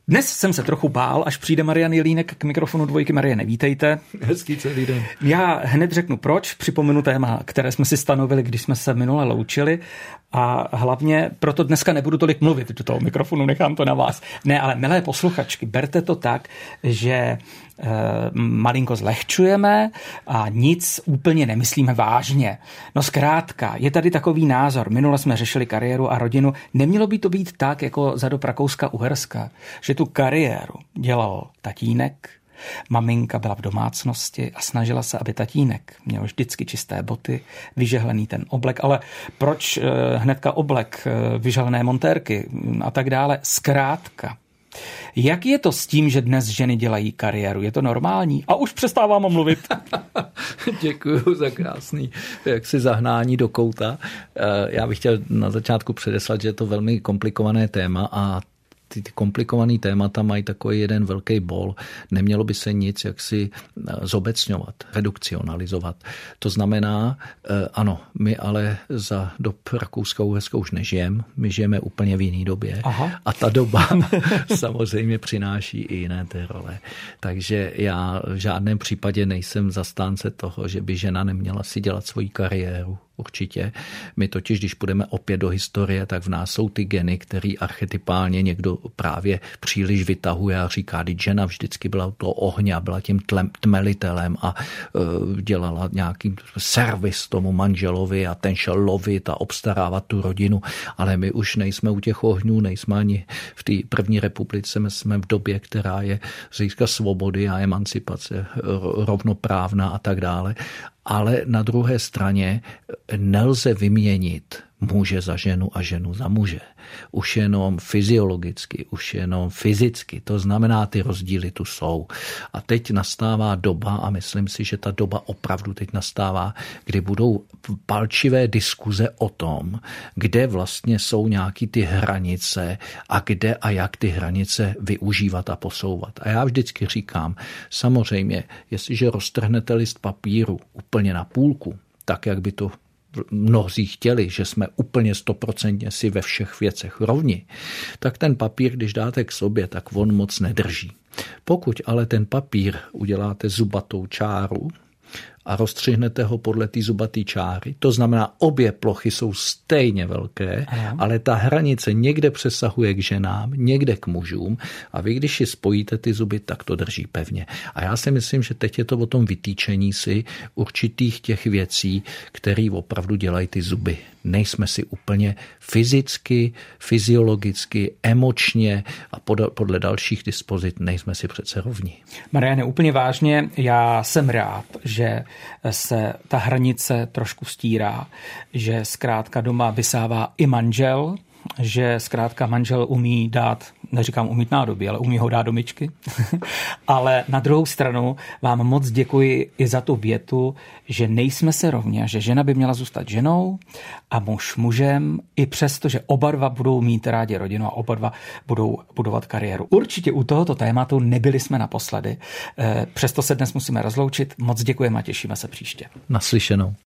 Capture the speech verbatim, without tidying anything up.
Dnes jsem se trochu bál, až přijde Marian Jelínek k mikrofonu Dvojky. Mariane, vítejte. Hezký celý den. Já hned řeknu proč, připomenu téma, které jsme si stanovili, když jsme se minule loučili a hlavně proto dneska nebudu tolik mluvit do toho mikrofonu, nechám to na vás. Ne, ale milé posluchačky, berte to tak, že e, malinko zlehčujeme a nic úplně nemyslíme vážně. No zkrátka, je tady takový názor, minule jsme řešili kariéru a rodinu, nemělo by to být tak, jako za dob Rakouska-Uherska, že tu kariéru dělal tatínek, maminka byla v domácnosti a snažila se, aby tatínek měl vždycky čisté boty, vyžehlený ten oblek, ale proč hnedka oblek, vyžehlené montérky a tak dále, zkrátka. Jak je to s tím, že dnes ženy dělají kariéru? Je to normální? A už přestávám mluvit. Děkuju za krásný jaksi zahnání do kouta. Já bych chtěl na začátku předeslat, že je to velmi komplikované téma a ty, ty komplikovaný témata mají takový jeden velký bol. Nemělo by se nic jaksi zobecňovat, redukcionalizovat. To znamená, ano, my ale za dob Rakouska-Uherska už nežijeme. My žijeme úplně v jiné době. Aha. A ta doba samozřejmě přináší i jiné ty role. Takže já v žádném případě nejsem zastánce toho, že by žena neměla si dělat svoji kariéru. Určitě. My totiž, když půjdeme opět do historie, tak v nás jsou ty geny, který archetypálně někdo právě příliš vytahuje a říká, že žena vždycky byla to ohně a byla tím tlem, tmelitelem a uh, dělala nějaký servis tomu manželovi a ten šel lovit a obstarávat tu rodinu. Ale my už nejsme u těch ohňů, nejsme ani v té první republice, my jsme v době, která je z hlediska svobody a emancipace rovnoprávná a tak dále. Ale na druhé straně nelze vyměnit muže za ženu a ženu za muže. Už jenom fyziologicky, už jenom fyzicky. To znamená, ty rozdíly tu jsou. A teď nastává doba, a myslím si, že ta doba opravdu teď nastává, kdy budou palčivé diskuze o tom, kde vlastně jsou nějaký ty hranice a kde a jak ty hranice využívat a posouvat. A já vždycky říkám, samozřejmě, jestliže roztrhnete list papíru úplně na půlku, tak jak by to mnozí chtěli, že jsme úplně stoprocentně si ve všech věcech rovni, tak ten papír, když dáte k sobě, tak on moc nedrží. Pokud ale ten papír uděláte zubatou čáru a rozstřihnete ho podle té zubaté čáry, to znamená, obě plochy jsou stejně velké, Aha. ale ta hranice někde přesahuje k ženám, někde k mužům a vy, když si spojíte ty zuby, tak to drží pevně. A já si myslím, že teď je to o tom vytýčení si určitých těch věcí, které opravdu dělají ty zuby. Nejsme si úplně fyzicky, fyziologicky, emočně a podle dalších dispozit nejsme si přece rovni. Mariane, úplně vážně, já jsem rád, že se ta hranice trošku stírá, že zkrátka doma vysává i manžel, že zkrátka manžel umí dát, neříkám umít nádoby, ale umí ho dát do myčky. Ale na druhou stranu vám moc děkuji i za tu větu, že nejsme se rovni a že žena by měla zůstat ženou a muž mužem, i přesto, že oba dva budou mít rádi rodinu a oba dva budou budovat kariéru. Určitě u tohoto tématu nebyli jsme naposledy. Přesto se dnes musíme rozloučit. Moc děkujeme a těšíme se příště. Naslyšenou.